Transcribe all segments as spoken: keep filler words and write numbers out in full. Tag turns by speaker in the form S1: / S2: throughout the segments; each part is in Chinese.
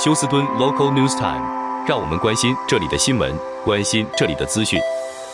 S1: 休斯敦 Local News Time， 让我们关心这里的新闻，关心这里的资讯。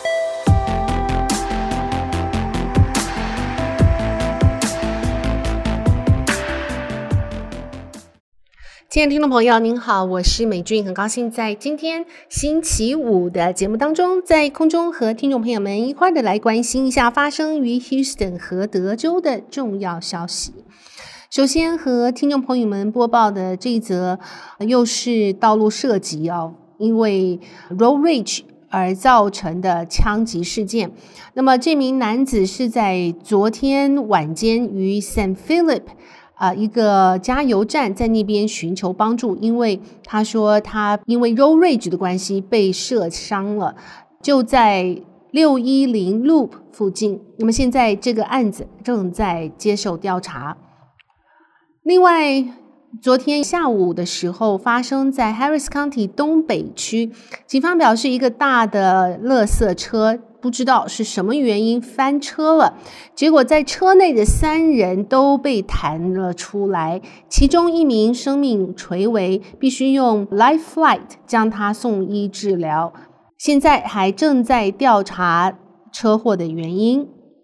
S2: 亲爱的听众朋友您好，我是美君，很高兴在今天星期五的节目当中，在空中和听众朋友们一块的来关心一下发生于 Houston 和德州的重要消息。首先和听众朋友们播报的这一则又是道路射击哦，因为 road rage 而造成的枪击事件。那么这名男子是在昨天晚间于 Saint Philip呃，一个加油站在那边寻求帮助，因为他说他因为 road rage 的关系被射伤了，就在六一零 Loop 附近。那么现在这个案子正在接受调查。另外，昨天下午的时候发生在 Harris County 东北区，警方表示一个大的垃圾车不知道是什么原因翻车了，结果在车内的三人都被弹了出来，其中一名生命垂危，必须用 life flight 将他送医治疗，现在还正在调查车祸的原因。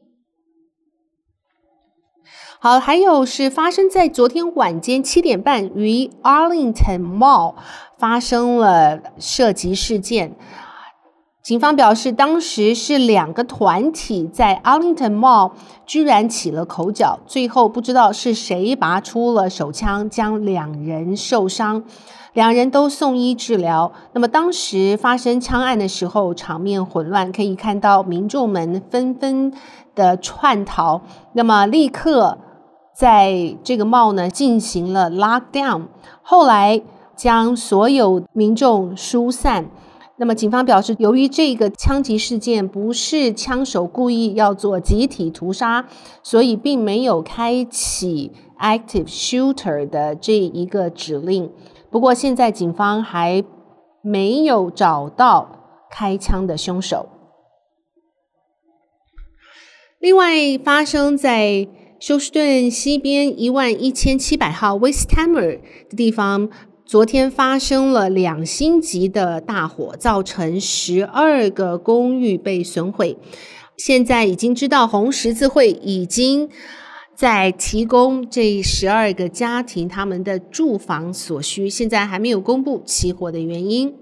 S2: 好，还有是发生在昨天晚间七点半于 Arlington Mall 发生了射击事件。警方表示，当时是两个团体在 Arlington Mall 居然起了口角，最后不知道是谁拔出了手枪，将两人受伤，两人都送医治疗。那么当时发生枪案的时候，场面混乱，可以看到民众们纷纷的窜逃，那么立刻在这个 mall 呢进行了 lockdown， 后来将所有民众疏散。那么警方表示，由于这个枪击事件不是枪手故意要做集体屠杀，所以并没有开启 active shooter 的这一个指令。不过现在警方还没有找到开枪的凶手。另外，发生在休斯顿西边一万一千七百号 Westheimer 的地方，昨天发生了两星级的大火，造成十二个公寓被损毁。现在已经知道红十字会已经在提供这十二个家庭他们的住房所需，现在还没有公布起火的原因。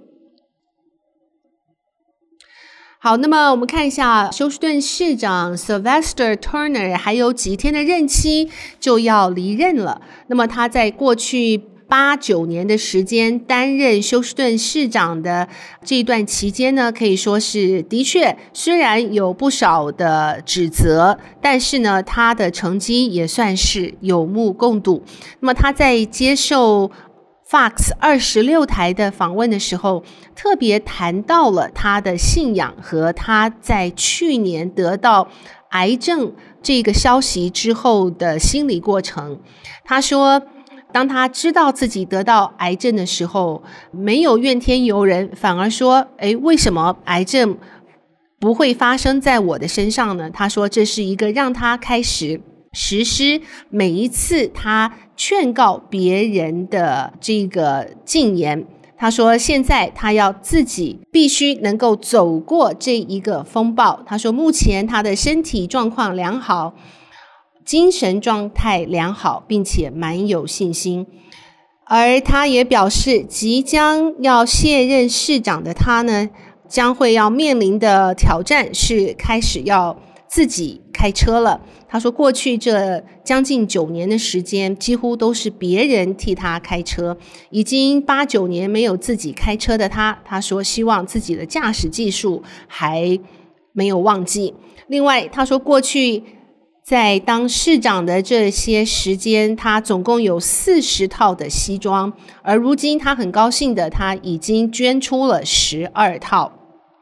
S2: 好，那么我们看一下休斯顿市长 Sylvester Turner 还有几天的任期就要离任了。那么他在过去八九年的时间担任休斯顿市长的这一段期间呢，可以说是的确虽然有不少的指责，但是呢他的成绩也算是有目共睹。那么他在接受 Fox 二十六台的访问的时候，特别谈到了他的信仰和他在去年得到癌症这个消息之后的心理过程。他说当他知道自己得到癌症的时候，没有怨天尤人，反而说诶，为什么癌症不会发生在我的身上呢？他说这是一个让他开始实施每一次他劝告别人的这个禁言。他说现在他要自己必须能够走过这一个风暴。他说目前他的身体状况良好，精神状态良好，并且蛮有信心。而他也表示即将要卸任市长的他呢，将会要面临的挑战是开始要自己开车了。他说过去这将近九年的时间几乎都是别人替他开车，已经八九年没有自己开车的他，他说希望自己的驾驶技术还没有忘记。另外他说过去在当市长的这些时间，他总共有四十套的西装，而如今他很高兴的他已经捐出了十二套。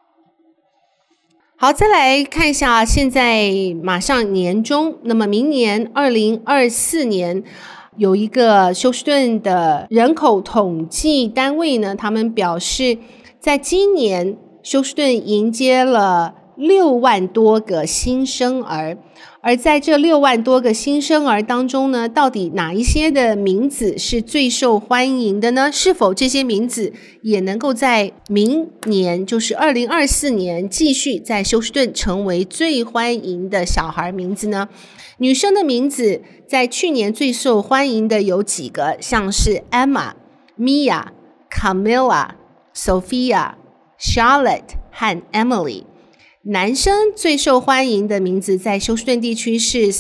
S2: 好，再来看一下现在马上年中，那么明年二零二四年有一个休斯顿的人口统计单位呢，他们表示在今年休斯顿迎接了六万多个新生儿。而在这六万多个新生儿当中呢，到底哪一些的名字是最受欢迎的呢？是否这些名字也能够在明年，就是二零二四年继续在休斯顿成为最欢迎的小孩名字呢？女生的名字在去年最受欢迎的有几个，像是 Emma、Mia、Camilla、Sophia、Charlotte 和 Emily。男生最受欢迎的名字在休斯顿地区是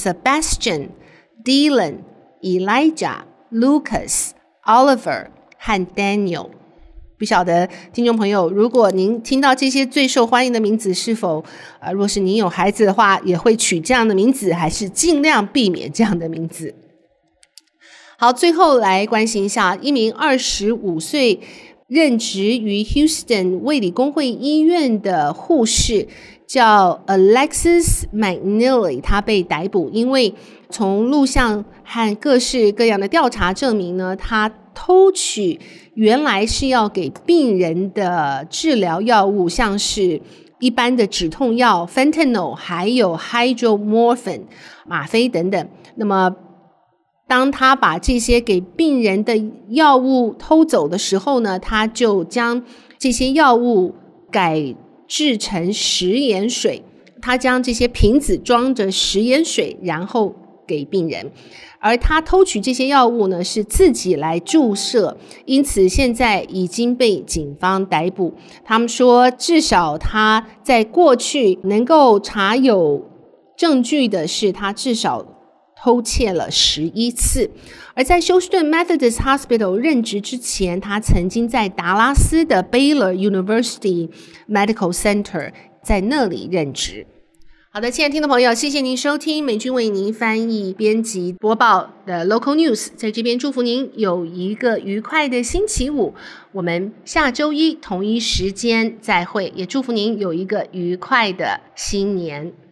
S2: Sebastian、Dylan、Elijah、Lucas、Oliver 和 Daniel。 不晓得听众朋友，如果您听到这些最受欢迎的名字，是否呃，若是您有孩子的话，也会取这样的名字，还是尽量避免这样的名字？好，最后来关心一下一名二十五岁任职于 Houston 卫理公会医院的护士，叫 Alexis McNeely， 他被逮捕，因为从录像和各式各样的调查证明呢，他偷取原来是要给病人的治疗药物，像是一般的止痛药 Fentanyl 还有 Hydromorphine 吗啡等等。那么当他把这些给病人的药物偷走的时候呢，他就将这些药物改制成食盐水，他将这些瓶子装着食盐水，然后给病人。而他偷取这些药物呢，是自己来注射，因此现在已经被警方逮捕。他们说，至少他在过去能够查有证据的是，他至少偷窃了十一次。而在休斯顿 Methodist Hospital 任职之前，他曾经在达拉斯的 Baylor University Medical Center 在那里任职。好的，亲爱的听众朋友，谢谢您收听美君为您翻译编辑播报的 Local News， 在这边祝福您有一个愉快的星期五，我们下周一同一时间再会，也祝福您有一个愉快的新年。